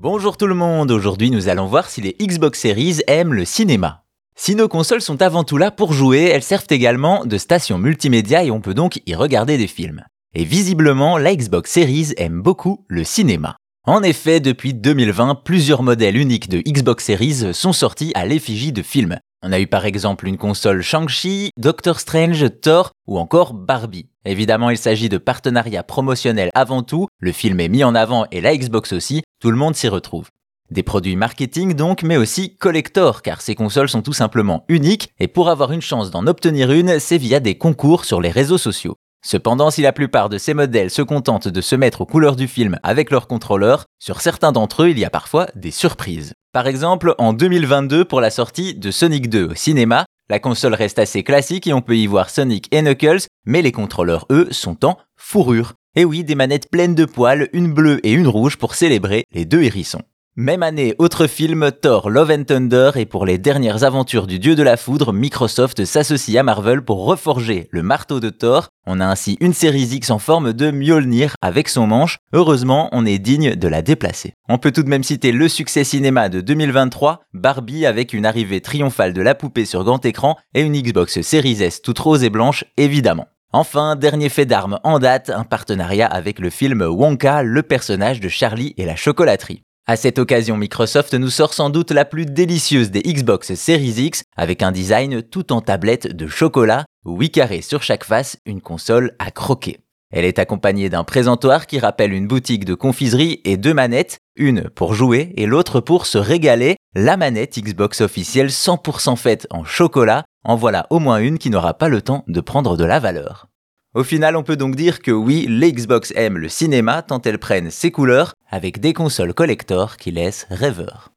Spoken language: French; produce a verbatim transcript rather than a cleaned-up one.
Bonjour tout le monde, aujourd'hui nous allons voir si les Xbox Series aiment le cinéma. Si nos consoles sont avant tout là pour jouer, elles servent également de station multimédia et on peut donc y regarder des films. Et visiblement, la Xbox Series aime beaucoup le cinéma. En effet, depuis deux mille vingt, plusieurs modèles uniques de Xbox Series sont sortis à l'effigie de films. On a eu par exemple une console Shang-Chi, Doctor Strange, Thor ou encore Barbie. Évidemment, il s'agit de partenariats promotionnels avant tout, le film est mis en avant et la Xbox aussi, tout le monde s'y retrouve. Des produits marketing donc, mais aussi collector, car ces consoles sont tout simplement uniques, et pour avoir une chance d'en obtenir une, c'est via des concours sur les réseaux sociaux. Cependant, si la plupart de ces modèles se contentent de se mettre aux couleurs du film avec leur contrôleur, sur certains d'entre eux, il y a parfois des surprises. Par exemple, en deux mille vingt-deux, pour la sortie de Sonic deux au cinéma, la console reste assez classique et on peut y voir Sonic et Knuckles, mais les contrôleurs, eux, sont en fourrure. Et oui, des manettes pleines de poils, une bleue et une rouge pour célébrer les deux hérissons. Même année, autre film, Thor Love and Thunder, et pour les dernières aventures du dieu de la foudre, Microsoft s'associe à Marvel pour reforger le marteau de Thor. On a ainsi une série X en forme de Mjolnir avec son manche. Heureusement, on est digne de la déplacer. On peut tout de même citer le succès cinéma de deux mille vingt-trois, Barbie avec une arrivée triomphale de la poupée sur grand écran et une Xbox Series S toute rose et blanche, évidemment. Enfin, dernier fait d'armes en date, un partenariat avec le film Wonka, le personnage de Charlie et la chocolaterie. À cette occasion, Microsoft nous sort sans doute la plus délicieuse des Xbox Series X, avec un design tout en tablette de chocolat, huit carrés sur chaque face, une console à croquer. Elle est accompagnée d'un présentoir qui rappelle une boutique de confiserie et deux manettes, une pour jouer et l'autre pour se régaler, la manette Xbox officielle cent pour cent faite en chocolat, en voilà au moins une qui n'aura pas le temps de prendre de la valeur. Au final, on peut donc dire que oui, les Xbox aiment le cinéma tant elles prennent ses couleurs avec des consoles collector qui laissent rêveur.